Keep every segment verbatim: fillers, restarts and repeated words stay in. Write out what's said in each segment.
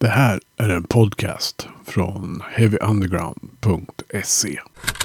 Det här är en podcast från heavy underground punkt se.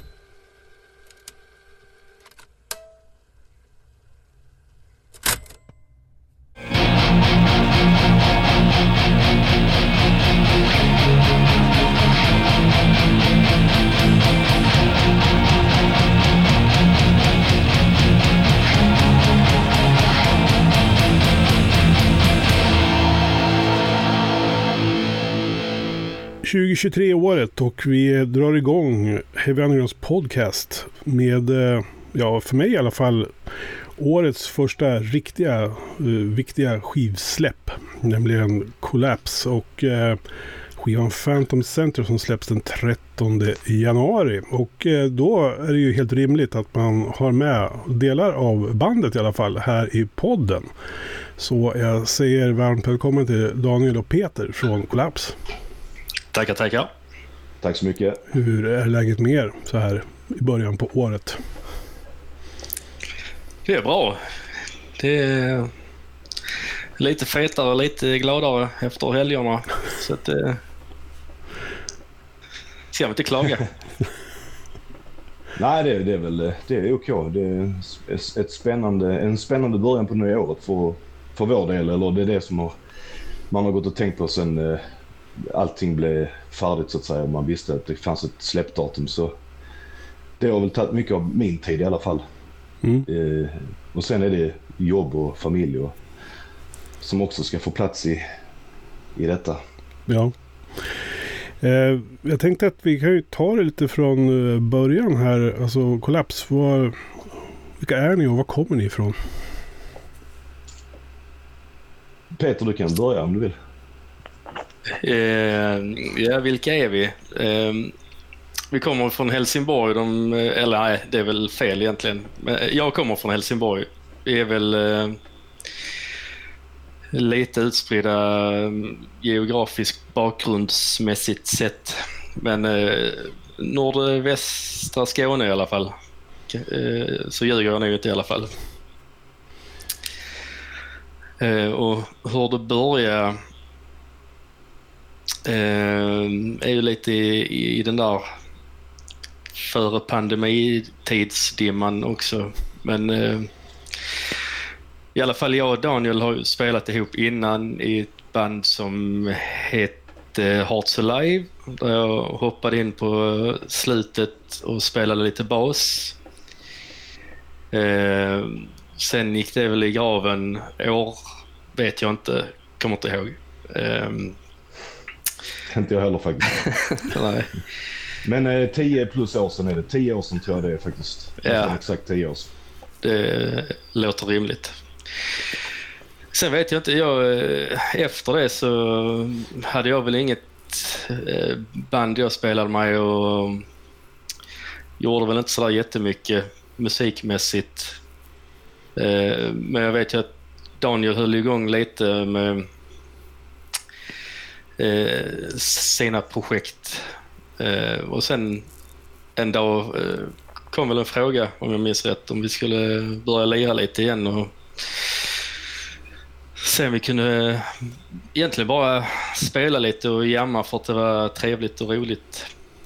tjugohundratjugotre-året och vi drar igång Heavy Undergrounds podcast med, ja för mig i alla fall, årets första riktiga, uh, viktiga skivsläpp, nämligen Collapse och uh, skivan Phantom Center som släpps den trettonde januari. Och uh, då är det ju helt rimligt att man har med delar av bandet i alla fall här i podden. Så jag säger varmt välkommen till Daniel och Peter från Collapse. Tackar, tackar. Tack så mycket. Hur är läget med er så här i början på året? Det är bra. Det är lite fetare och lite gladare efter helgerna. Så att det ska man inte klaga. Nej, det, det är väl det är okej. Det är ett spännande, en spännande början på nya året för, för vår del. Eller det är det som har, man har gått och tänkt på sen allting blev färdigt så att säga. Man visste att det fanns ett släppdatum, så det har väl tagit mycket av min tid i alla fall. Mm. Eh, och sen är det jobb och familj och, som också ska få plats i, i detta. Ja. Eh, jag tänkte att vi kan ju ta det lite från början här. Alltså Collapse, var, vilka är ni och var kommer ni ifrån? Peter, du kan börja om du vill. Eh, ja, vilka är vi? Eh, vi kommer från Helsingborg. De, eller nej, det är väl fel egentligen. Jag kommer från Helsingborg. Vi är väl eh, lite utspridda geografiskt bakgrundsmässigt sett. Men eh, nordvästra Skåne i alla fall. Eh, så ljuger jag nog inte i alla fall. Eh, och hur det börjar är ju lite i, i den där före pandemitidsdimman också. Men eh, i alla fall jag och Daniel har ju spelat ihop innan i ett band som hette Hearts Alive, där jag hoppade in på slutet och spelade lite bas. Eh, sen gick det väl i graven år, vet jag inte, kommer inte ihåg. Eh, Inte jag heller faktiskt. Nej. Men eh, tio plus år sedan är det. Tio år sedan tror jag det är faktiskt. Ja. Exakt tio år sedan. Det låter rimligt. Sen vet jag inte, jag, efter det så hade jag väl inget band jag spelade med och gjorde väl inte sådär jättemycket musikmässigt. Men jag vet ju att Daniel höll igång lite med Eh, sina projekt. Eh, och sen en dag eh, kom väl en fråga, om jag minns rätt, om vi skulle börja lira lite igen och sen vi kunde egentligen bara spela lite och jamma för att det var trevligt och roligt.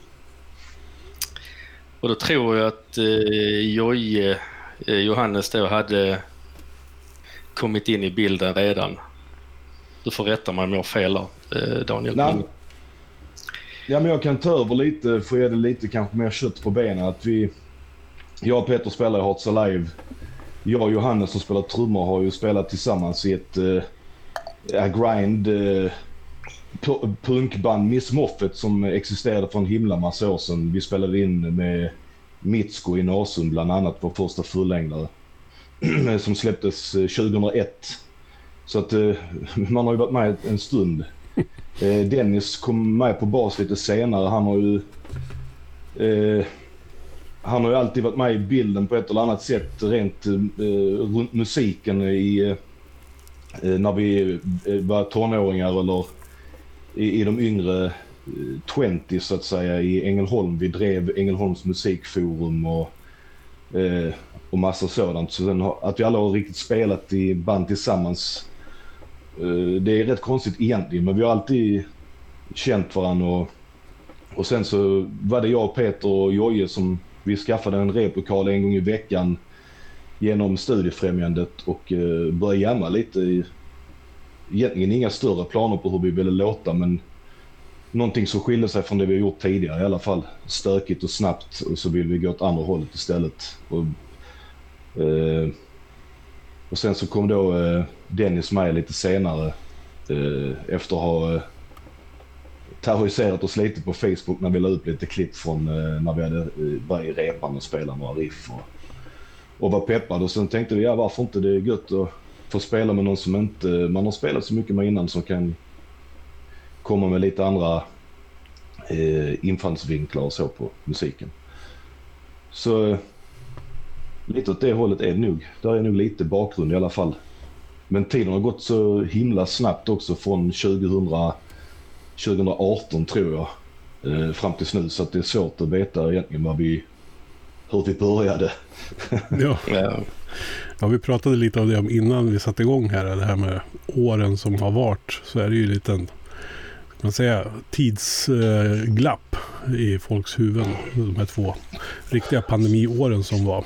Och då tror jag att eh, Joje, eh, Johannes då hade kommit in i bilden redan. Du får rätta mig om jag har fel där, Daniel. Nej. Ja, men jag kan ta över lite, för jag är det lite kanske mer kött på benen. Att vi, jag och Peter spelar i Hearts Alive. Jag och Johannes som spelar trummor har ju spelat tillsammans i ett uh, grind uh, punkband Miss Moffat som existerade för en himla massa år sedan. Vi spelade in med Mitsko i Nasum bland annat, på första fullängdare som släpptes tjugohundraett. Så att uh, man har ju varit med en stund. Uh, Dennis kom med på bas lite senare. Han har ju uh, han har ju alltid varit med i bilden på ett eller annat sätt rent uh, runt musiken i, uh, när vi var tonåringar eller i, i de yngre uh, tjugo så att säga i Ängelholm. Vi drev Ängelholms musikforum och uh, och massa sådant. Så sen, att vi alla har riktigt spelat i band tillsammans, det är rätt konstigt egentligen, men vi har alltid känt varandra och, och sen så var det jag, Peter och Joje som vi skaffade en replokal en gång i veckan genom Studiefrämjandet och eh, började jamma lite. Egentligen inga större planer på hur vi ville låta, men någonting som skiljer sig från det vi har gjort tidigare i alla fall. Stökigt och snabbt, och så vill vi gå åt andra hållet istället. Och, eh, och sen så kom då eh, Dennis med lite senare eh, efter att ha eh, terroriserat oss lite på Facebook när vi la upp lite klipp från eh, när vi hade eh, börjat repan och spela några riff och, och var peppad. Och sen tänkte vi, ja, varför inte, det är gött att få spela med någon som inte man har spelat så mycket med innan, som kan komma med lite andra eh, infallsvinklar och så på musiken. Så eh, lite åt det hållet är det nog. Där är nog lite bakgrund i alla fall. Men tiden har gått så himla snabbt också från tjugohundra, tjugohundraarton tror jag eh, fram till nu, så att det är svårt att veta egentligen vad vi, hur vi började. Ja. Ja. Ja, vi pratade lite om det innan vi satte igång här, det här med åren som har varit, så är det ju lite en, man säga, tidsglapp eh, i folks huvuden, de här två riktiga pandemiåren som var.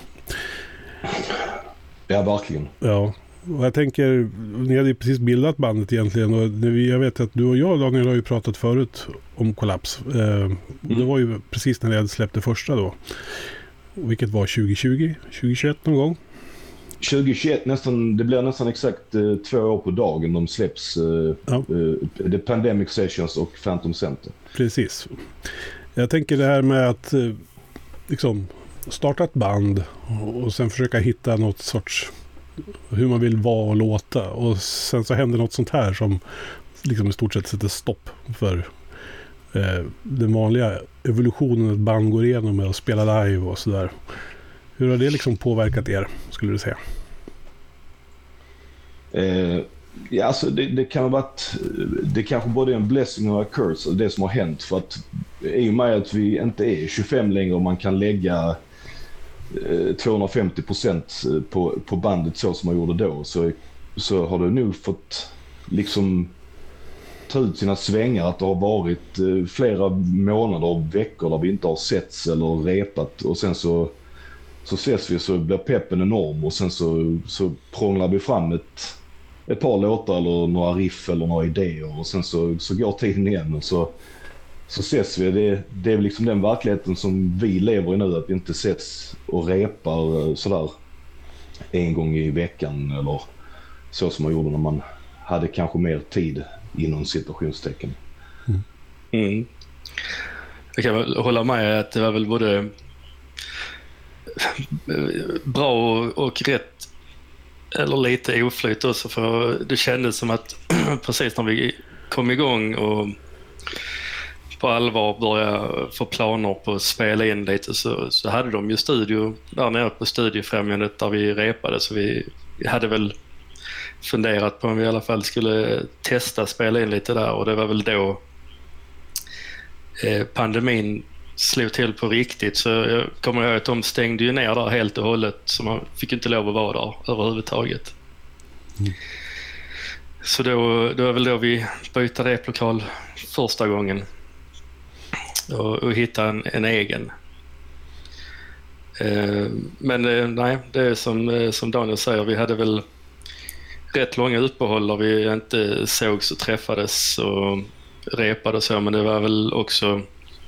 Ja, verkligen. Ja, och jag tänker, ni hade ju precis bildat bandet egentligen, och jag vet att du och jag, Daniel, har ju pratat förut om Kollaps. Eh, mm. Det var ju precis när ni hade släppt det första då. Vilket var tjugo tjugo, tjugo tjugoett någon gång? tjugo tjugoett, nästan, det blir nästan exakt eh, två år på dagen de släpps. Eh, ja. eh, The Pandemic Sessions och Phantom Center. Precis. Jag tänker det här med att eh, liksom starta ett band och, och sen försöka hitta något sorts hur man vill vara och låta, och sen så händer något sånt här som liksom i stort sett sätter stopp för eh, den vanliga evolutionen ett band går igenom med att spela live och sådär. Hur har det liksom påverkat er, skulle du säga? Eh, ja, alltså det, det kan ha varit, det kanske både är en blessing och en curse, det som har hänt, för att i och med att vi inte är tjugofem längre och man kan lägga eh, tvåhundrafemtio procent på, på bandet så som man gjorde då, så, så har det nog fått liksom ta ut sina svängar, att det har varit eh, flera månader och veckor där vi inte har setts eller repat, och sen så så ses vi, så blir peppen enorm, och sen så, så prånglar vi fram ett, ett par låtar eller några riff eller några idéer, och sen så, så går tiden igen, och så, så ses vi. Det, det är liksom den verkligheten som vi lever i nu, att vi inte ses och repar sådär en gång i veckan eller så som man gjorde när man hade kanske mer tid inom situationstecken. Mm. Mm. Jag kan väl hålla med att det var väl både bra och, och rätt, eller lite oflyt också, för det kändes som att precis när vi kom igång och på allvar började få planer på att spela in lite, så, så hade de ju studio där nere på Studiefrämjandet där vi repade, så vi hade väl funderat på om vi i alla fall skulle testa spela in lite där, och det var väl då eh, pandemin slog till på riktigt, så jag kommer ihåg att de stängde ju ner där helt och hållet, så man fick inte lov att vara där överhuvudtaget. Mm. Så då, då är väl då vi bytte replokal första gången och, och hittade en, en egen. Eh, men eh, nej, det är som, eh, som Daniel säger, vi hade väl rätt långa uppehåll där vi inte sågs och träffades och repade och så, men det var väl också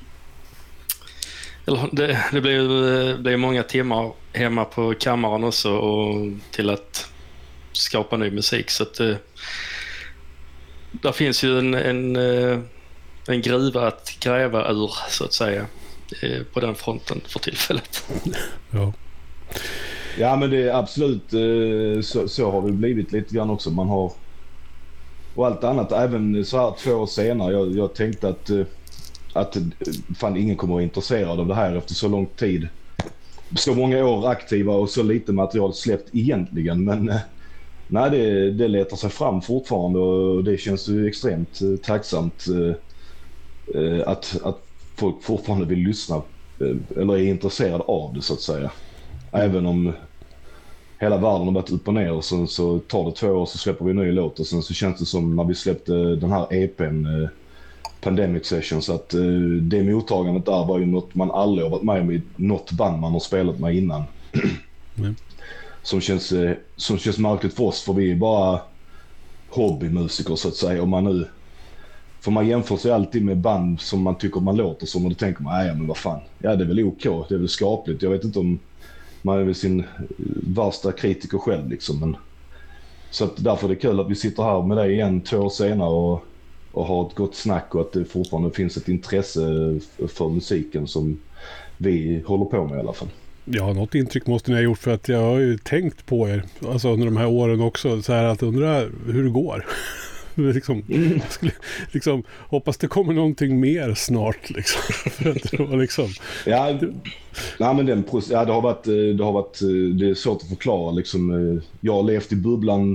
Det, det blev, det blev många timmar hemma på kammaren också, och till att skapa ny musik, så att det, där finns ju en, en, en gruva att gräva ur, så att säga, på den fronten för tillfället. Ja, ja men det är absolut så, så har det blivit lite grann också. Man har, och allt annat, även så här två år senare, jag, jag tänkte att att fan, ingen kommer att vara intresserad av det här efter så lång tid. Så många år aktiva och så lite material släppt egentligen, men nej, det, det letar sig fram fortfarande, och det känns ju extremt tacksamt eh, att, att folk fortfarande vill lyssna eh, eller är intresserade av det, så att säga. Även om hela världen har varit upp och ner, och så, så tar det två år så släpper vi en ny låt, och sen så känns det som när vi släppte den här E P:n eh, Pandemic Session. Så att uh, det mottagandet där var ju något man aldrig har varit med med, något band man har spelat med innan. Mm. Som känns, uh, som känns märkligt för oss, för vi är bara hobbymusiker så att säga. Om man nu, för man jämför sig alltid med band som man tycker man låter som, och då tänker man, ja men vad fan, ja det är väl OK, det är väl skapligt. Jag vet inte om man är väl sin värsta kritiker själv liksom, men så att därför är det kul att vi sitter här med dig igen två år senare och, och har ett gott snack, och att det fortfarande finns ett intresse för musiken som vi håller på med i alla fall. Ja, något intryck måste ni ha gjort, för att jag har ju tänkt på er alltså under de här åren också, så här att undra hur det går. liksom, mm. Jag skulle liksom hoppas det kommer någonting mer snart liksom. För att det var liksom ja, nej, men den ja, det har varit det har varit det är svårt att förklara liksom. Jag har levt i bubblan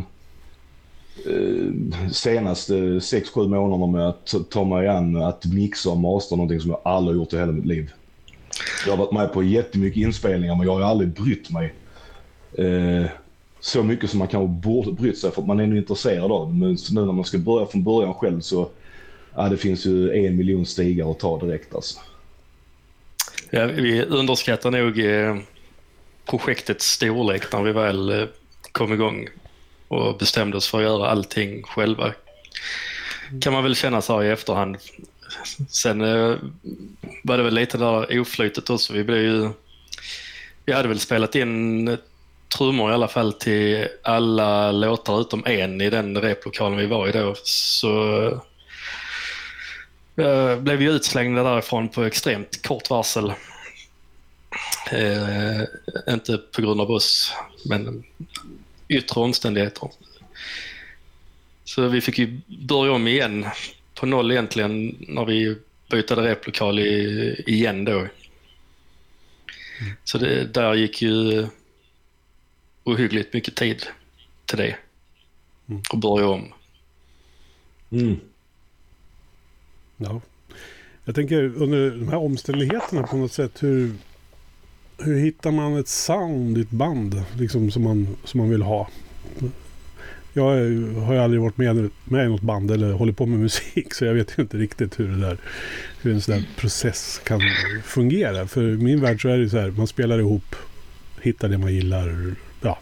eh, senaste sex sju månaderna med att ta mig an att mixa och mastra någonting som jag aldrig gjort i hela mitt liv. Jag har varit med på jättemycket inspelningar, men jag har aldrig brytt mig eh, så mycket som man kanske borde brytt sig, för att man är nu intresserad av det. Men nu när man ska börja från början själv, så ja, det finns ju en miljon stigar att ta direkt alltså. Ja, vi underskattar nog eh, projektets storlek när vi väl eh, kom igång och bestämde oss för att göra allting själva. Kan man väl känna så här i efterhand. Sen eh, var det väl lite där oflytet också. Vi blev ju, vi hade väl spelat in trummor i alla fall till alla låtar utom en i den replokalen vi var i då. Så eh, blev vi utslängda därifrån på extremt kort varsel. Eh, inte på grund av oss, men yttre omständigheter. Så vi fick ju börja om igen på noll egentligen när vi bytade replokal i, igen då. Mm. Så det, där gick ju ohyggligt mycket tid till det. Mm. Och börja om. Mm. Ja. Jag tänker under de här omständigheterna på något sätt, hur, hur hittar man ett sound i ett band liksom, som, man, som man vill ha? Jag har ju aldrig varit med, med i något band eller håller på med musik, så jag vet ju inte riktigt hur det där, hur en sån där process kan fungera. För i min värld så är det så här, man spelar ihop, hittar det man gillar, ja.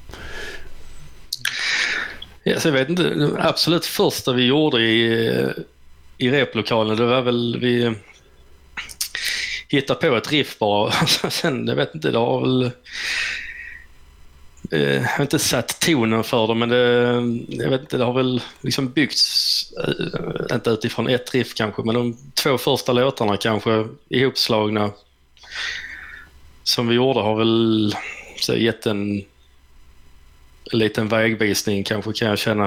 Ja, så jag vet inte, absolut första vi gjorde i, i replokalen, det var väl vi hittade på ett riff bara. Sen, jag vet inte, det har väl jag har inte satt tonen för det, men det, jag vet inte, det har väl liksom byggts inte utifrån ett riff kanske, men de två första låtarna kanske ihopslagna som vi gjorde har väl så gett en, en liten vägvisning kanske, kan jag känna.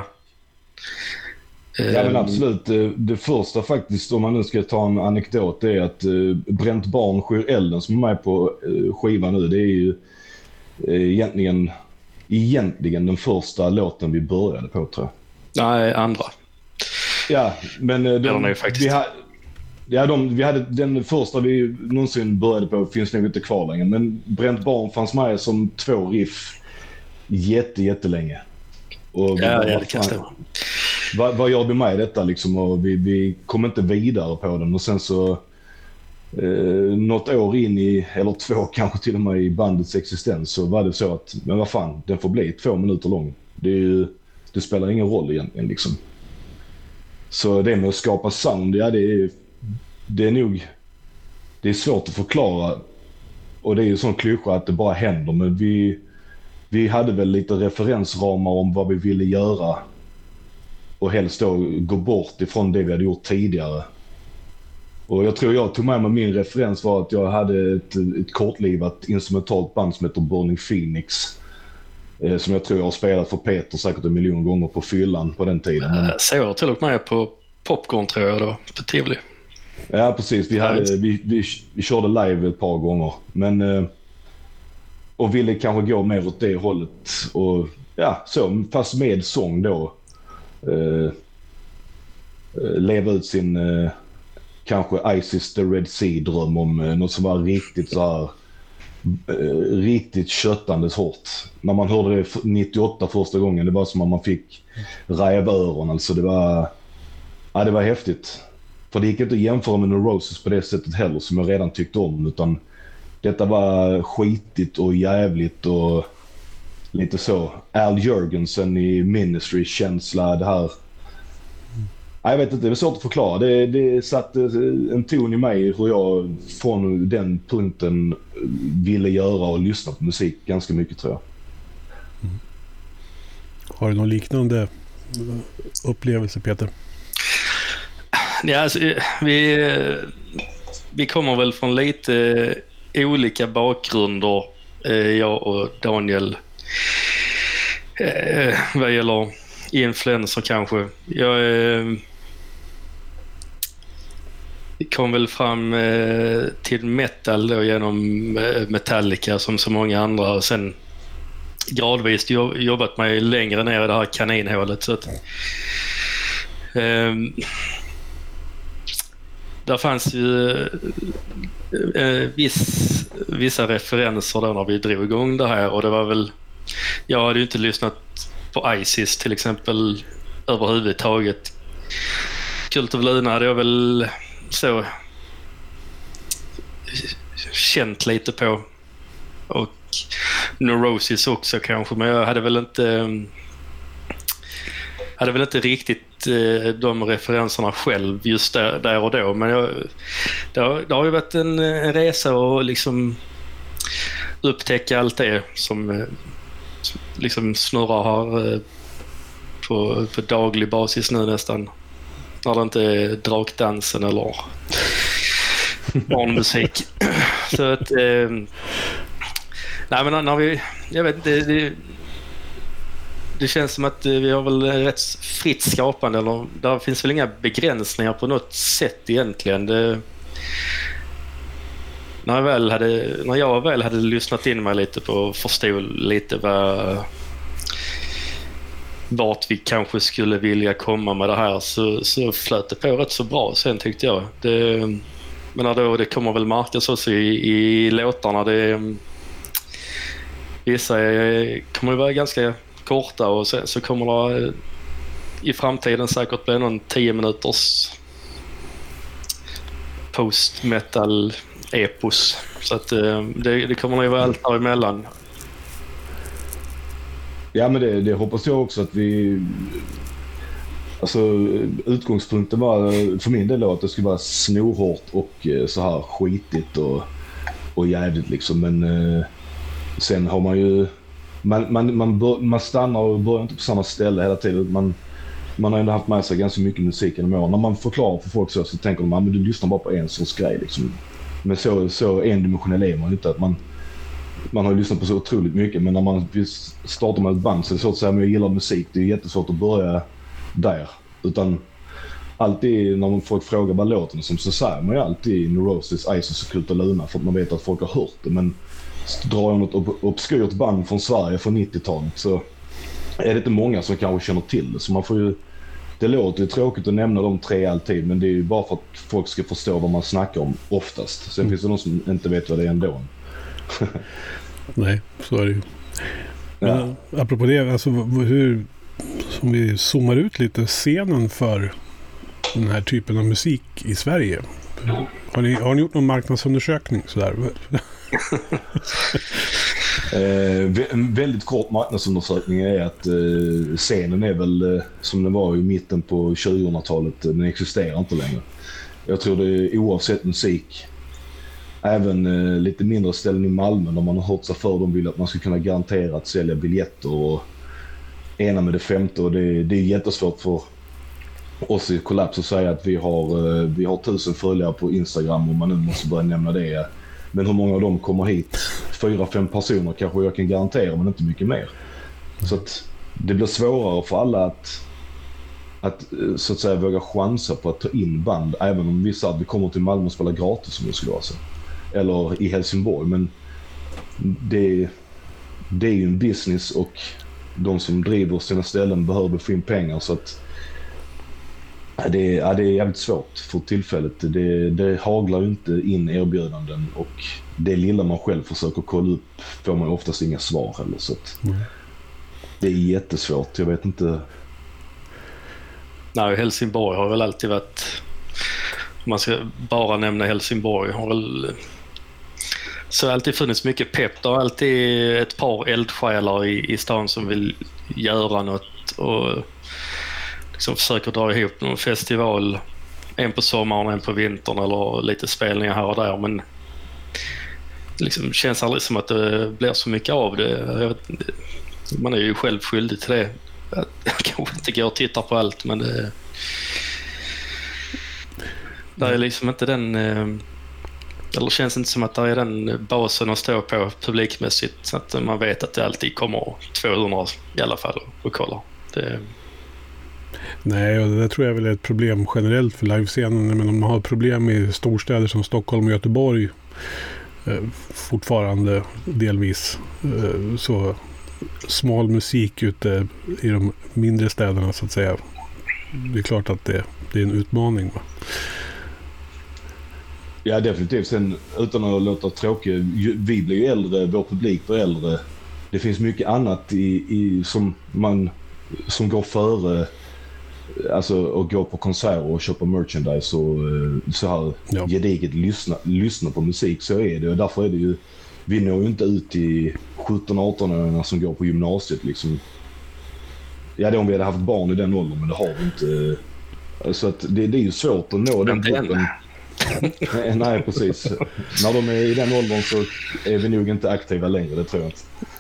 Ja men absolut, det, det första faktiskt, om man nu ska ta en anekdot, det är att uh, Bränt barn skyr elden som är med på uh, skivan nu, det är ju uh, egentligen egentligen den första låten vi började på, tror jag. Nej, andra. Ja, men de, de, vi, ha, ja, de, vi hade den första vi någonsin började på, finns nog inte kvar längre, men Bränt barn fanns med som två riff jätte, jättelänge. Och ja, bara, ja, det kan stämma. Vad, vad gör vi med detta liksom? Och vi, vi kom inte vidare på den, och sen så Eh, något år in i, eller två kanske till och med i bandets existens, så var det så att, men vad fan, den får bli två minuter lång. Det, är ju, det spelar ingen roll egentligen liksom. Så det med att skapa sound, ja det är, det är nog, det är svårt att förklara, och det är ju sån klyscha att det bara händer, men vi, vi hade väl lite referensramar om vad vi ville göra, och helst då gå bort ifrån det vi hade gjort tidigare. Och jag tror jag tog med mig, min referens var att jag hade ett, ett kortlivat instrumentalt band som heter Burning Phoenix. Eh, som jag tror jag har spelat för Peter säkert en miljon gånger på fyllan på den tiden. Men... Så jag till och med på Popcorn tror jag då, på Tivoli. Ja precis, vi, hade, vi, vi, vi körde live ett par gånger. Men, eh, och ville kanske gå mer åt det hållet. Och ja, så, fast med sång då. Eh, leva ut sin... Eh, kanske Isis the Red Sea-dröm om eh, något som var riktigt så här eh, riktigt köttandes hårt. När man hörde det nittioåtta första gången, det var som om man fick rävöron, alltså det var ja, det var häftigt För det gick inte att jämföra med Neurosis på det sättet heller som jag redan tyckte om, utan detta var skitigt och jävligt och lite så Al Jurgensen i Ministry-känsla, det här. Jag vet inte, det är svårt att förklara. Det, det satte en ton i mig hur jag från den punkten ville göra och lyssna på musik ganska mycket, tror jag. Mm. Har du någon liknande upplevelse, Peter? Ja, alltså, vi, vi kommer väl från lite olika bakgrunder, jag och Daniel, vad gäller influenser kanske. Jag kom väl fram till metal då genom Metallica som så många andra, och sen gradvis jobbat mig längre ner i det här kaninhålet, så att um, där fanns ju eh, viss, vissa referenser då när vi drog igång det här, och det var väl, jag hade ju inte lyssnat på Isis till exempel överhuvudtaget. Cult of Luna hade jag väl så känt lite på, och Neurosis också kanske, men jag hade väl inte hade väl inte riktigt de referenserna själv just där, där och då, men jag, det, har, det har ju varit en, en resa och liksom upptäcka allt det som, som liksom snurrar här på, på daglig basis nu nästan, när det inte är drakdansen eller barnmusik. Så att eh, nej, men när vi, jag vet inte, det, det Det känns som att vi har väl rätt fritt skapande, eller där finns väl inga begränsningar på något sätt egentligen. Det, när, jag väl hade, när jag väl hade lyssnat in mig lite på och förstod lite vad, vart vi kanske skulle vilja komma med det här, så, så flöt det på rätt så bra sen, tyckte jag. Det, men då, det kommer väl märkas också i, i låtarna. Det, vissa är, kommer ju vara ganska korta, och sen så kommer det i framtiden säkert bli någon tio minuters post-metal epos, så att det, det kommer nog vara allt däremellan. Ja, men det, det hoppas jag också att vi, alltså utgångspunkten var för min del då att det skulle vara snorhårt och så här skitigt och, och jävligt liksom, men eh, sen har man ju Man, man, man, bör, man stannar och börjar inte på samma ställe hela tiden. Man, man har ändå haft med sig ganska mycket musik genom åren. När man förklarar för folk så, så tänker de att du lyssnar bara på en sorts grej. Liksom. Men så, så endimensionell är man inte. Att man, man har ju lyssnat på så otroligt mycket, men när man startar med ett band så är det svårt att säga att jag gillar musik. Det är jättesvårt att börja där. Utan alltid när folk frågar vad låten som, så säger man ju alltid Neurosis, Isis och Cult of Luna, för att man vet att folk har hört det. Men drar jag något obskyrt band från Sverige från nittiotalet så är det inte många som kanske känner till det. Så man får ju, det låter ju tråkigt att nämna de tre alltid, men det är ju bara för att folk ska förstå vad man snackar om oftast. Sen mm. finns det någon som inte vet vad det är ändå. Nej, så är det ju. Men, ja. Apropå det, alltså hur, som vi zoomar ut lite, scenen för den här typen av musik i Sverige. Har ni, har ni gjort någon marknadsundersökning sådär? eh, en väldigt kort marknadsundersökning är att eh, scenen är väl eh, som den var i mitten på tjugohundratalet, den existerar inte längre. Jag tror det är oavsett musik, även eh, lite mindre ställen i Malmö när man har hört sig för, de vill att man ska kunna garantera att sälja biljetter och ena med det femte, och det, det är jättesvårt för oss i Kollaps att säga att vi har, eh, vi har tusen följare på Instagram, och man nu måste börja nämna det. Men hur många av dem kommer hit? Fyra, fem personer kanske jag kan garantera, men inte mycket mer. Så att det blir svårare för alla att, att så att säga våga chansa på att ta in band, även om vi sa att vi kommer till Malmö och spelar gratis, som det skulle vara så. Eller i Helsingborg, men det, det är ju en business, och de som driver sina ställen behöver få in pengar, så att Det är, ja, det är jävligt svårt för tillfället. Det, det haglar ju inte in erbjudanden, och det lilla man själv försöker kolla upp får man oftast inga svar heller. Så att mm. det är jättesvårt, jag vet inte. Nej, Helsingborg har väl alltid varit man ska bara nämna Helsingborg, har väl så alltid funnits mycket pepp. Det har alltid ett par eldsjälar i, i stan som vill göra något och liksom försöker dra ihop någon festival, en på sommaren, en på vintern eller lite spelningar här och där, men det liksom känns aldrig som att det blir så mycket av det. Jag vet, man är ju själv skyldig till det. Jag kanske inte går och tittar på allt, men det, det är liksom inte den, eller känns inte som att det är den basen att stå på publikmässigt, så att man vet att det alltid kommer tvåhundra i alla fall och kollar. Det... Nej, och det tror jag väl är ett problem generellt för livescenen. Men om man har problem i storstäder som Stockholm och Göteborg eh, fortfarande delvis, eh, så smal musik ute i de mindre städerna så att säga, det är klart att det, det är en utmaning, va? Ja, definitivt. Sen utan att låta tråkig, vi blir ju äldre, vår publik blir äldre. Det finns mycket annat i, i, som man som går före, alltså att gå på konserter och köpa merchandise och så här ja. gediget lyssna, lyssna på musik, så är det. Och därför är det ju, vi når ju inte ut till sjutton arton-åringar som går på gymnasiet liksom. Ja, det om vi hade haft barn i den åldern, men det har vi inte. Så att det, det är ju svårt att nå den gruppen. nej, nej, precis. När de är i den åldern så är vi nog inte aktiva längre, det tror jag inte.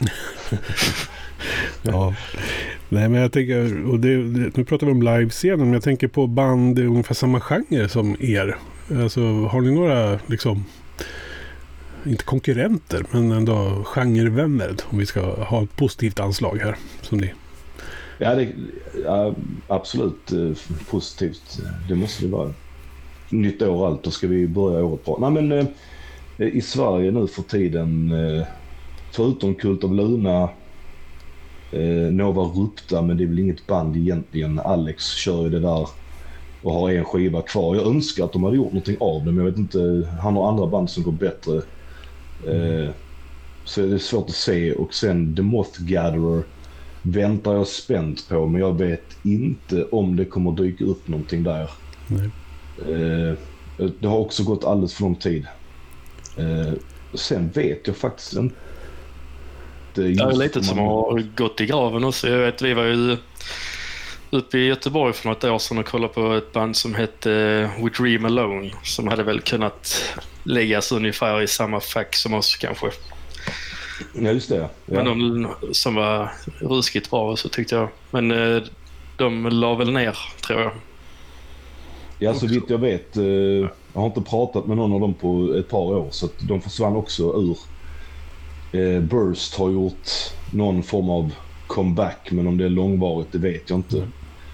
Ja. Nej, men jag tänker, och det, det, nu pratar vi om livescenen, men jag tänker på band i ungefär samma genre som er. Alltså, har ni några liksom, inte konkurrenter, men ändå genrevänner, om vi ska ha ett positivt anslag här som ni? Ja, det, ja absolut eh, positivt. Det måste det vara. Nytt år allt, då ska vi börja året bra. Nej, men eh, i Sverige nu för tiden, eh, förutom Kult av Luna, eh, Nova Rupta, men det är väl inget band egentligen. Alex kör ju det där och har en skiva kvar. Jag önskar att de hade gjort någonting av det, men jag vet inte, han har andra band som går bättre. Eh, så det är svårt att se. Och sen The Moth Gatherer väntar jag spänt på, men jag vet inte om det kommer dyka upp någonting där. Nej. Eh, det har också gått alldeles för lång tid. Eh, sen vet jag faktiskt inte. Det är lite som man... har gått i graven också. Jag vet, vi var ju uppe i Göteborg för något år sedan och kollade på ett band som hette We Dream Alone, som hade väl kunnat läggas ungefär i samma fack som oss kanske. Ja, just det. Ja. Men de som var ruskigt bra, så tyckte jag. Men de la väl ner, tror jag. Ja, så vitt jag vet, jag har inte pratat med någon av dem på ett par år, så att de försvann också ur. Burst har gjort någon form av comeback, men om det är långvarigt, det vet jag inte.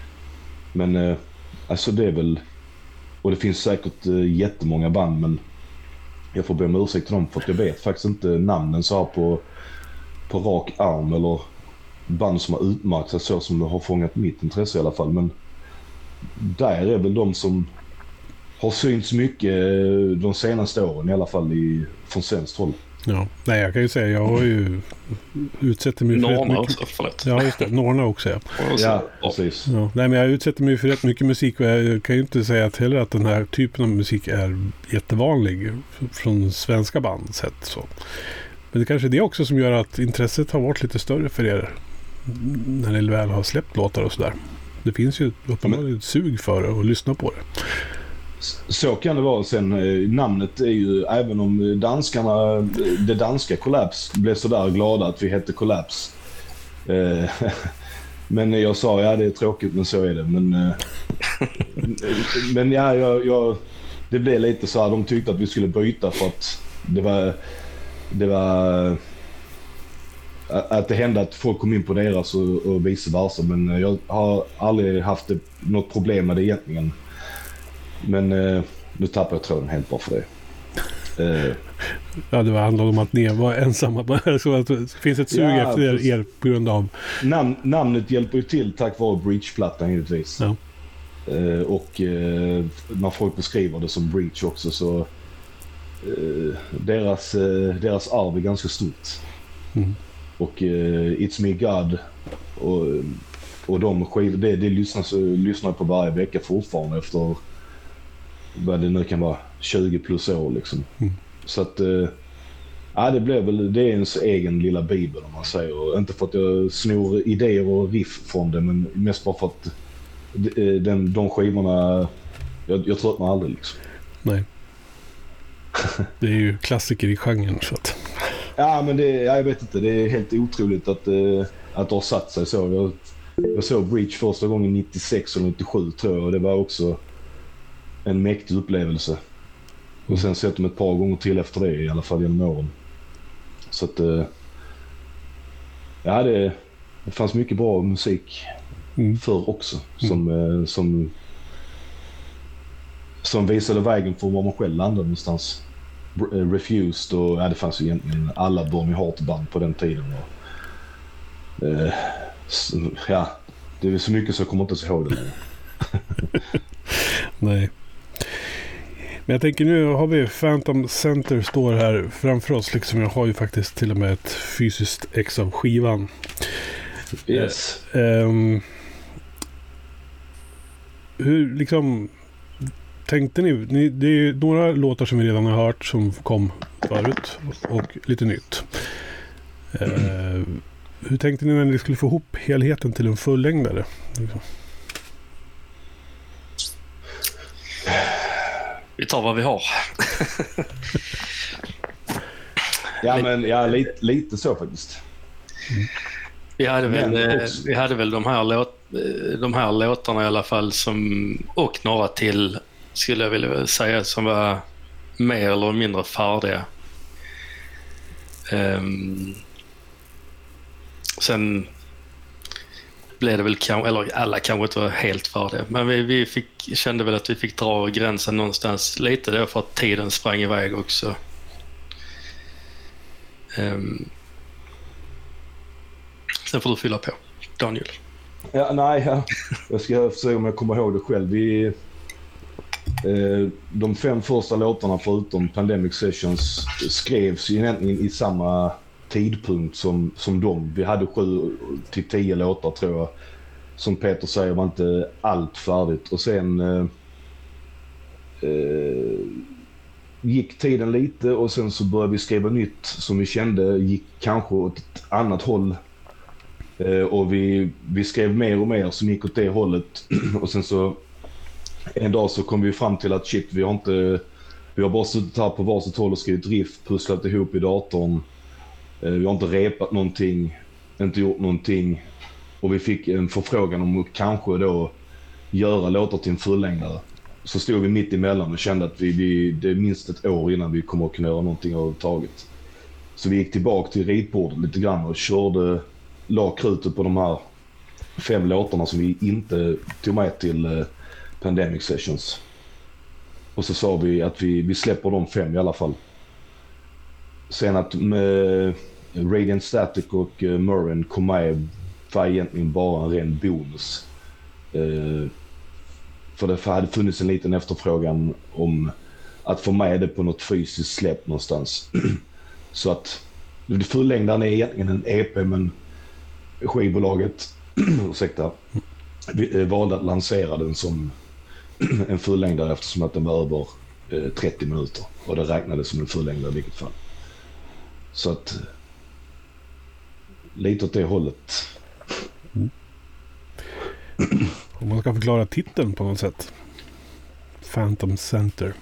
Men alltså det är väl, och det finns säkert jättemånga band, men jag får be om ursäkt till dem, för att jag vet faktiskt inte namnen så här på, på rak arm, eller band som har utmärkt sig så som det har fångat mitt intresse i alla fall. Men där är väl de som har synts mycket de senaste åren, i alla fall i, från svenskt håll. Ja, nej, jag kan ju säga, jag har ju utsett mig för Norna rätt mycket... också, förlåt. Ja, just det, Norna också, ja. Ja, precis. Ja, nej, men jag utsätter mig för rätt mycket musik, och jag kan ju inte säga att heller att den här typen av musik är jättevanlig från svenska band sett så. Men det kanske är det också som gör att intresset har varit lite större för er när ni väl har släppt låtar och sådär. Det finns ju uppenbarligen ett sug för det och lyssna på det. Så kan det vara. Sen namnet är ju, även om danskarna, det danska Collapse blev så där glada att vi hette Collapse. Men jag sa, ja, det är tråkigt, men så är det. Men, men ja, jag, jag, det blev lite så här, de tyckte att vi skulle byta för att det var, det var att det hände att folk kom in på deras och, och vice versa. Men jag har aldrig haft det, något problem med det egentligen. Men eh, nu tappar jag tråden helt bara för det. Eh. Ja, det var handlade om att ni var ensamma. Så att det finns ett sug ja, efter er, er på grund av... Nam- namnet hjälper ju till tack vare Breach-plattan givetvis. Ja. Eh, och eh, när folk beskriver det som Breach också, så eh, deras, eh, deras arv är ganska stort. Mm. Och eh, It's Me God och, och de skivor, det, det lyssnar, så, lyssnar på varje vecka fortfarande efter vad det nu kan vara, tjugo plus år liksom. Mm. Så att eh, ja, det blev väl, det är ens egen lilla bibel om man säger. Och inte för att jag snor idéer och riff från det, men mest bara för att den, de skivorna, jag, jag tror att man aldrig liksom. Nej. Det är ju klassiker i genren så att... Ja, men det, ja, jag vet inte, det är helt otroligt att, eh, att det har satt sig så. Jag, jag såg Breach första gången nittiosex och nittiosju tror jag, och det var också en mäktig upplevelse. Och sen sett dem ett par gånger till efter det, i alla fall genom åren. Så att eh, ja, det, det fanns mycket bra musik mm. förr också som, mm. eh, som som visade vägen för var man själv landade någonstans. Refused och ja, det fanns ju egentligen alla Bonnie Hart-band på den tiden. Och, eh, så, ja, det är så mycket så jag kommer inte ens ihåg det. Nej. Men jag tänker nu har vi Phantom Center står här framför oss. Liksom jag har ju faktiskt till och med ett fysiskt ex av skivan. Yes. Eh, um, hur liksom... Tänkte ni, ni, det är några låtar som vi redan har hört som kom förut och lite nytt. Eh, hur tänkte ni när ni skulle få ihop helheten till en fullängdare? Liksom? Vi tar vad vi har. Ja, men ja, lite, lite så faktiskt. Mm. Vi hade väl, vi hade väl de, här låt, de här låtarna i alla fall som, och några till skulle jag vilja säga som var mer eller mindre färdiga. Um, sen blev det väl kanske, eller alla kanske inte var helt färdiga, men vi, vi fick, kände väl att vi fick dra gränsen någonstans lite då för att tiden sprang iväg också. Um, sen får du fylla på, Daniel. Ja, nej, ja. Jag ska försöka om jag kommer ihåg det själv. Vi, eh, de fem första låtarna förutom Pandemic Sessions skrevs egentligen i samma tidpunkt som, som de. Vi hade sju till tio låtar tror jag. Som Peter säger var inte allt färdigt. Och sen eh, eh, gick tiden lite och sen så började vi skriva nytt som vi kände gick kanske åt ett annat håll. Eh, och vi, vi skrev mer och mer som gick åt det hållet. Och sen så en dag så kom vi fram till att shit, vi har inte vi har bara suttit här på varsitt håll och skrivit riff, pusslat ihop i datorn. Eh, vi har inte repat någonting, inte gjort någonting. Och vi fick en förfrågan om att kanske då göra låtar till en fullängdare. Så stod vi mitt emellan och kände att vi, vi, det är minst ett år innan vi kommer att kunna göra någonting överhuvudtaget. Så vi gick tillbaka till ritbordet lite grann och körde, la krutet på de här fem låtarna som vi inte tog med till eh, Pandemic Sessions. Och så sa vi att vi, vi släpper de fem i alla fall. Sen att med Radiant Static och uh, Murren kom med var egentligen bara en ren bonus. Uh, för det hade funnits en liten efterfrågan om att få med det på något fysiskt släpp någonstans. Så att det fullängdan är egentligen en E P, men skivbolaget ursäkta, vi valde att lansera den som en fullängdare eftersom att den var över eh, trettio minuter och det räknades som en fullängdare i vilket fall. Så att lite åt det hållet. Mm. Om man ska förklara titeln på något sätt. Phantom Center.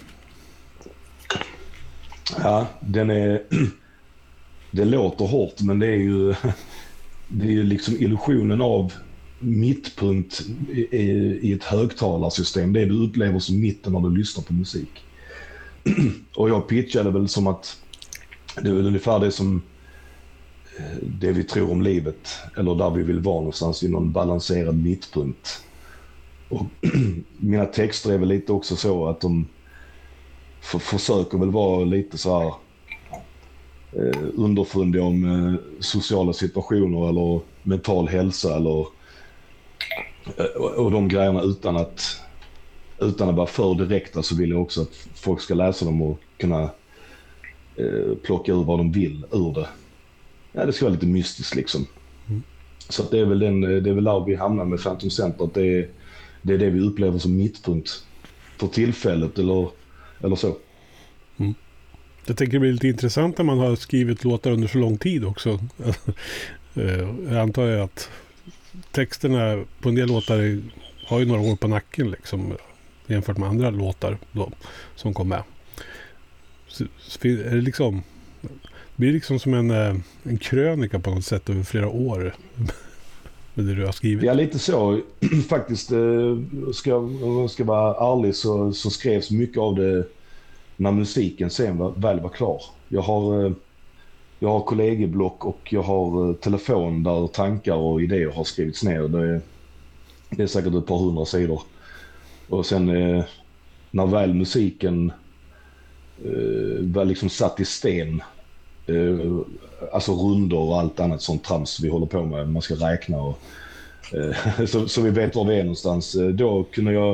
Ja, den är det låter hårt, men det är ju det är ju liksom illusionen av mittpunkt i, i ett högtalarsystem. Det du upplever som mitten när du lyssnar på musik. Och jag pitchade väl som att det är väl ungefär det som det vi tror om livet, eller där vi vill vara någonstans i någon balanserad mittpunkt. Och mina texter är väl lite också så att de för, försöker väl vara lite så här eh, underfundiga om eh, sociala situationer eller mental hälsa eller och, och de grejerna utan att utan att vara för direkta, så vill jag också att folk ska läsa dem och kunna eh, plocka ur vad de vill ur det. Ja, det ska vara lite mystiskt liksom. Mm. Så att det är väl den, det är väl där vi hamnar med Phantom Center, att det är, det är det vi upplever som mittpunkt för tillfället eller, eller så. Mm. Jag tänker det blir lite intressant när man har skrivit låtar under så lång tid också. Jag antar ju att texterna på en del låtar har ju några år på nacken liksom, jämfört med andra låtar då, som kom med. Så, så är det liksom det blir liksom som en, en krönika på något sätt över flera år med det du har skrivit. Ja, lite så. Faktiskt, ska, ska vara ärlig, så, så skrevs mycket av det när musiken sen var, väl var klar. Jag har, jag har kollegieblock och jag har telefon där tankar och idéer har skrivits ner. Det är, det är säkert ett par hundra sidor. Och sen när väl musiken var liksom satt i sten, alltså rundor och allt annat sånt trams vi håller på med, man ska räkna och så, så vi vet var vi är någonstans, då kunde jag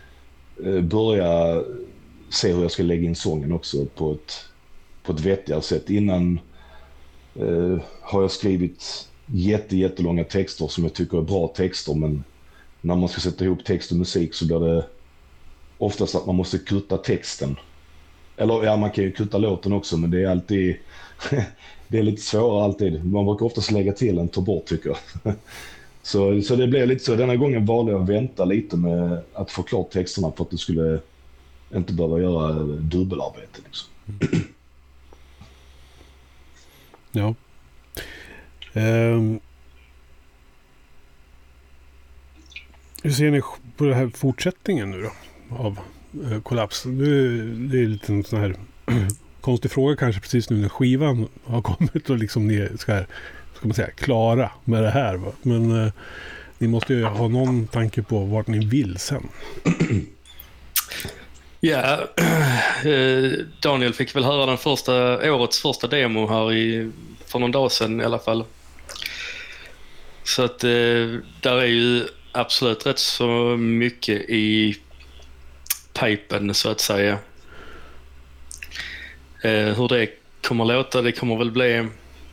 börja se hur jag ska lägga in sången också på ett, på ett vettigare sätt. Innan eh, har jag skrivit jätte, jättelånga texter som jag tycker är bra texter, men när man ska sätta ihop text och musik så blir det oftast att man måste kutta texten. Eller ja, man kan ju kutta låten också, men det är alltid det är lite svårare alltid. Man brukar oftast lägga till en ta bort, tycker jag. Så, så det blev lite så. Denna gången valde jag att vänta lite med att få klart texterna för att det skulle inte behöva göra dubbelarbete liksom. Ja. Um, hur ser ni på den här fortsättningen nu då av uh, Kollaps? Det, det är lite en sån här konstig fråga kanske precis nu när skivan har kommit och liksom ni ska, här, ska man säga, klara med det här. Va? Men uh, ni måste ju ha någon tanke på vart ni vill sen. Ja, Daniel fick väl höra den första, årets första demo här i, för någon dag sedan i alla fall. Så att där är ju absolut rätt så mycket i pipen så att säga. Hur det kommer låta, det kommer väl bli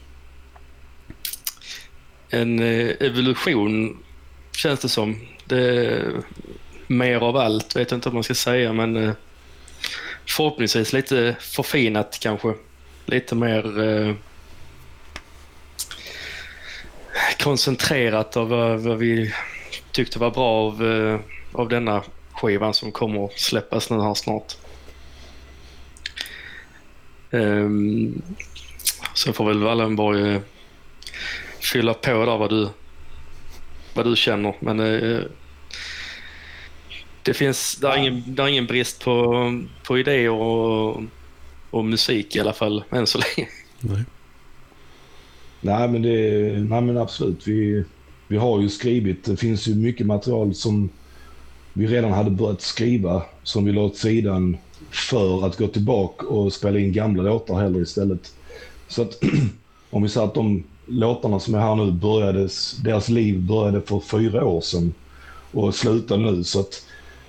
en evolution, känns det som. Det mer av allt, vet jag inte vad man ska säga, men förhoppningsvis lite förfinat kanske. Lite mer eh, koncentrerat av vad, vad vi tyckte var bra av, eh, av denna skivan som kommer att släppas nu här snart. Um, så får väl Wallenborg eh, fylla på där vad du, vad du känner, men eh, det finns där är ingen, där är ingen brist på, på idéer och, och musik i alla fall än så länge. Nej. Nej, men det, nej men absolut. Vi, vi har ju skrivit, det finns ju mycket material som vi redan hade börjat skriva som vi la åt sidan för att gå tillbaka och spela in gamla låtar heller istället. Så att om vi säger att de låtarna som är här nu började, deras liv började för fyra år sedan och slutar nu, så att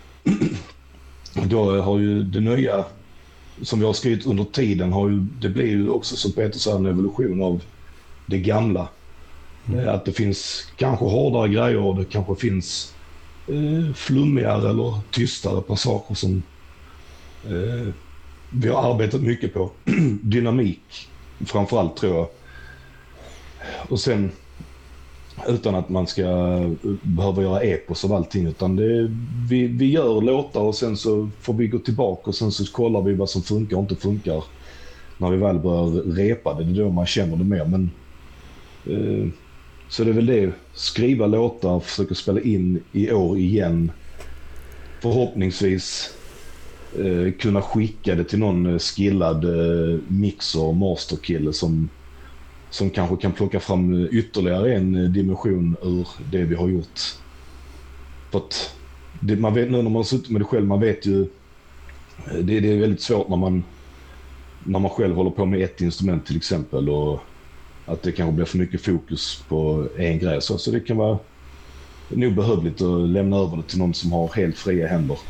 då har ju det nya som vi har skrivit under tiden har ju, det blir ju också som Peter sa en evolution av det gamla. Mm. Att det finns kanske hårdare grejer och det kanske finns eh, flummigare eller tystare passager som eh, vi har arbetat mycket på. Dynamik framförallt, tror jag. Och sen utan att man ska behöva göra epos av allting, utan det, vi, vi gör låtar och sen så får vi gå tillbaka och sen så kollar vi vad som funkar och inte funkar när vi väl börjar repa det. Det är då man känner det mer. Men, eh, så det är väl det, skriva låtar, försöka spela in i år igen, förhoppningsvis eh, kunna skicka det till någon skillad eh, mixer och masterkille som som kanske kan plocka fram ytterligare en dimension ur det vi har gjort. För att det, man vet nu när man har suttit med det själv, man vet ju det, det är väldigt svårt när man när man själv håller på med ett instrument till exempel, och att det kanske blir för mycket fokus på en grej. Så, så det kan vara nog behövligt att lämna över det till någon som har helt fria händer.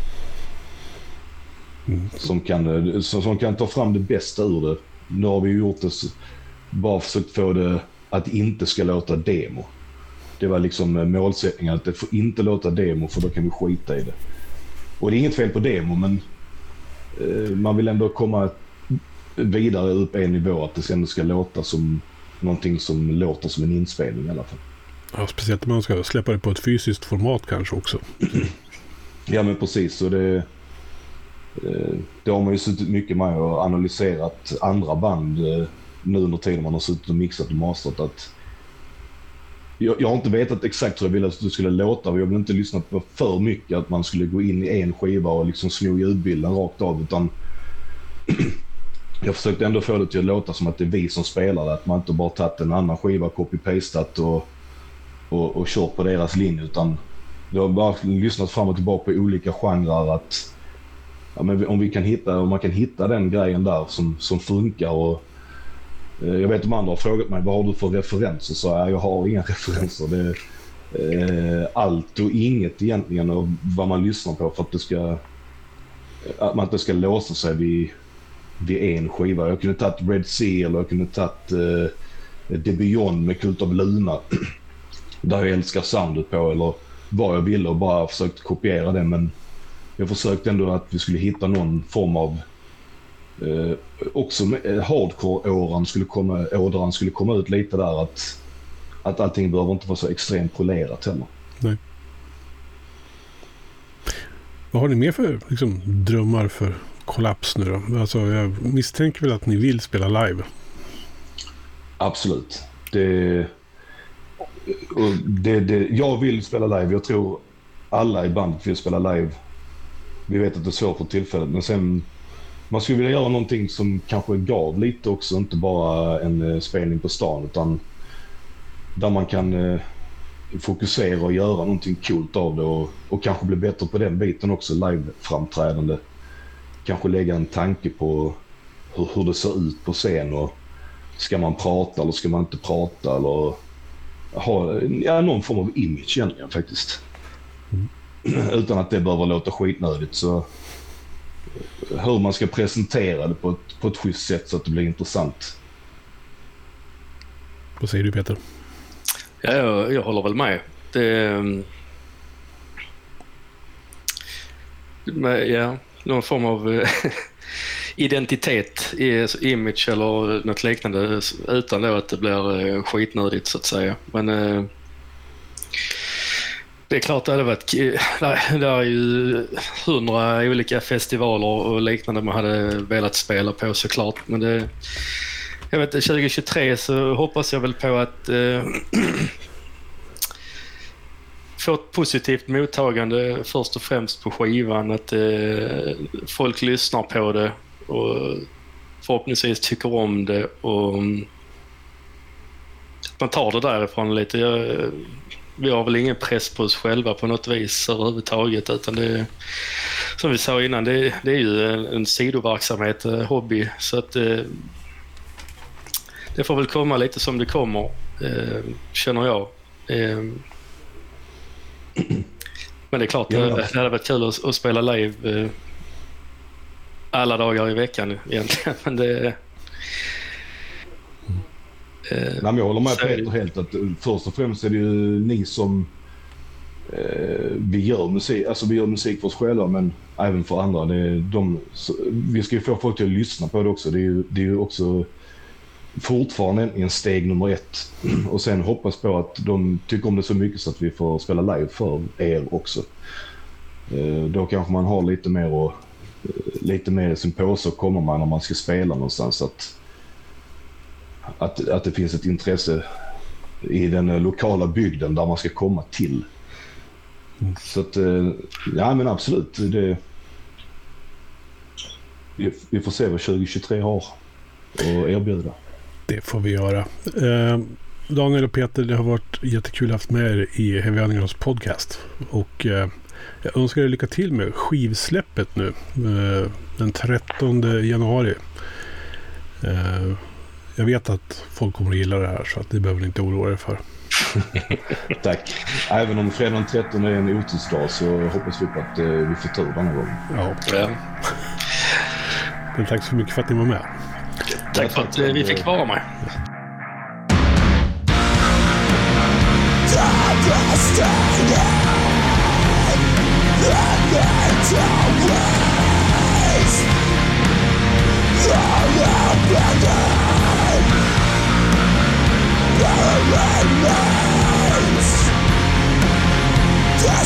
Mm. Som, kan, som, som kan ta fram det bästa ur det. Nu har vi gjort det, bara försökt få det att det inte ska låta demo. Det var liksom målsättningen, att det får inte låta demo för då kan vi skita i det. och det är inget fel på demo, men eh, man vill ändå komma vidare upp en nivå, att det ändå ska låta som någonting som låter som en inspelning i alla fall. Ja, speciellt om man ska släppa det på ett fysiskt format kanske också. Ja, men precis. Och det, det har man ju suttit mycket med och analyserat andra band nu under tiden man har suttit och mixat och masterat. Att jag, jag har inte vetat exakt hur jag ville att det skulle låta, och jag vill inte lyssna på för mycket att man skulle gå in i en skiva och liksom sno ljudbilden rakt av, utan jag försökte ändå få det till att låta som att det är vi som spelar, att man inte bara tagit en annan skiva, copy-pastat och, och, och kört på deras linje, utan jag har bara lyssnat fram och tillbaka på olika genrer, att ja, men om vi kan hitta, om man kan hitta den grejen där som, som funkar. Och eh, jag vet att de andra har frågat mig, vad har du för referenser? Så jag, jag har inga referenser. Det är eh, allt och inget egentligen, och vad man lyssnar på för att det ska, att man inte ska låsa sig vid, vid en skiva. Jag kunde tagit Red Sea, eller jag kunde tagit eh, The Beyond med Kult av Luna där jag älskar soundet på, eller vad jag ville, och bara försökt kopiera det. Men jag försökte ändå att vi skulle hitta någon form av eh, också med, hardcore-åran skulle komma, ådran skulle komma ut lite där, att, att allting behöver inte vara så extremt polerat heller. Nej. Vad har ni mer för liksom, drömmar för kollaps nu då? Alltså, jag misstänker väl att ni vill spela live? Absolut. Det, och det, det, jag vill spela live. Jag tror alla i bandet vill spela live. Vi vet att det är svårt för tillfället, men sen man skulle vilja göra någonting som kanske gav lite också, inte bara en uh, spelning på stan, utan där man kan uh, fokusera och göra någonting coolt av det, och, och kanske bli bättre på den biten också, live-framträdande. Kanske lägga en tanke på hur, hur det ser ut på scen, och ska man prata eller ska man inte prata, eller ha ja, någon form av image egentligen faktiskt. Mm. Utan att det behöver låta skitnödigt, så hur man ska presentera det på ett, på ett schysst sätt så att det blir intressant. Vad säger du, Peter? Ja, jag, jag håller väl med. Det, med, ja, någon form av identitet, image eller något liknande, utan då att det blir skitnödigt så att säga. Men det är klart att det hade varit, det är ju hundra olika festivaler och liknande man hade velat spela på såklart, men det, jag vet, tjugo tjugotre så hoppas jag väl på att eh, få ett positivt mottagande först och främst på skivan, att eh, folk lyssnar på det och förhoppningsvis tycker om det, och man tar det därifrån lite. Jag, vi har väl ingen press på oss själva på något vis överhuvudtaget, utan det, som vi sa innan, det, det är ju en, en sidoverksamhet, hobby, så att eh, det får väl komma lite som det kommer, eh, känner jag. Eh, men det är klart, det, det hade varit kul att, att spela live eh, alla dagar i veckan egentligen, men det... Eh, Nej, men jag håller med Peter helt, att först och främst är det ju ni som eh, vi gör musik, alltså vi gör musik för oss själva, men även för andra. Det är de, så, vi ska ju få folk till att lyssna på det också. Det är ju, det är ju också fortfarande en steg nummer ett, och sen hoppas på att de tycker om det så mycket så att vi får spela live för er också. Eh, då kanske man har lite mer och lite mer sin påse, och kommer man när man ska spela någonstans, att Att, att det finns ett intresse i den lokala bygden där man ska komma till. Mm. Så att, ja men absolut, det, vi får se vad tjugo tjugotre har att erbjuda. Det får vi göra. Eh, Daniel och Peter, det har varit jättekul att haft med er i Heavy Undergrounds podcast, och eh, jag önskar er lycka till med skivsläppet nu eh, den trettonde januari. Eh, Jag vet att folk kommer att gilla det här, så att det behöver ni inte oroa er för. Tack. Även om fredag den trettonde är en otidsdag, så hoppas vi på att eh, vi får tur den här gången. Ja. ja. Men tack så mycket för att ni var med. Tack för att eh, vi fick vara med. Ja.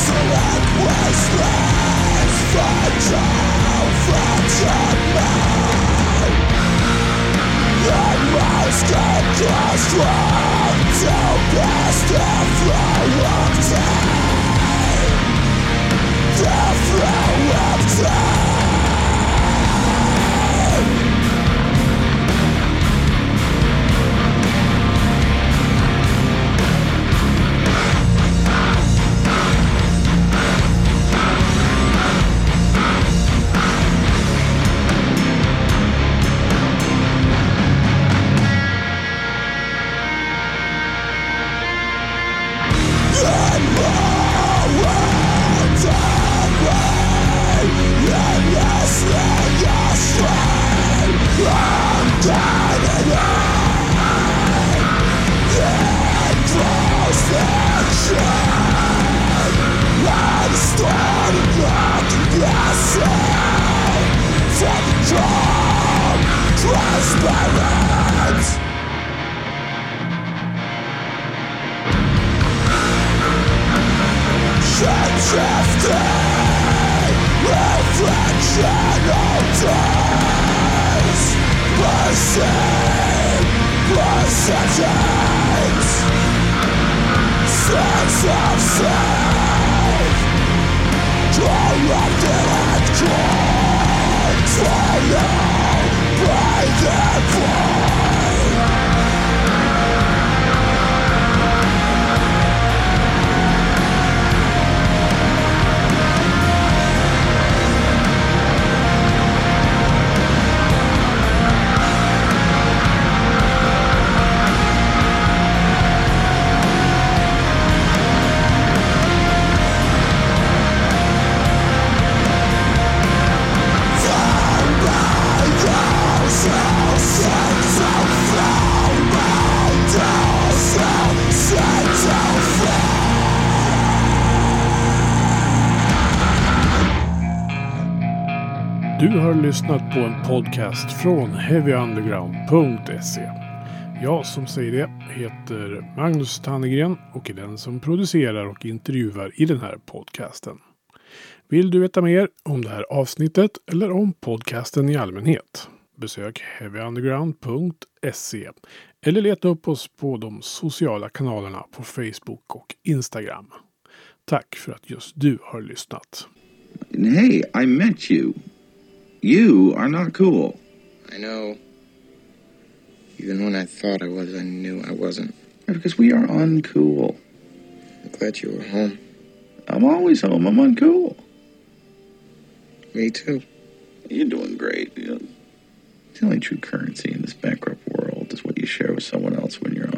Du har lyssnat på en podcast från heavy underground punkt se. Jag som säger det heter Magnus Tannegren och är den som producerar och intervjuar i den här podcasten. Vill du veta mer om det här avsnittet eller om podcasten i allmänhet? Besök heavy underground punkt se eller leta upp oss på de sociala kanalerna på Facebook och Instagram. Tack för att just du har lyssnat. Hey, I met you. You are not cool. I know. Even when I thought I was, I knew I wasn't. Because we are uncool. I'm glad you were home. I'm always home. I'm uncool. Me too. You're doing great. You know, the only true currency in this bankrupt world is what you share with someone else when you're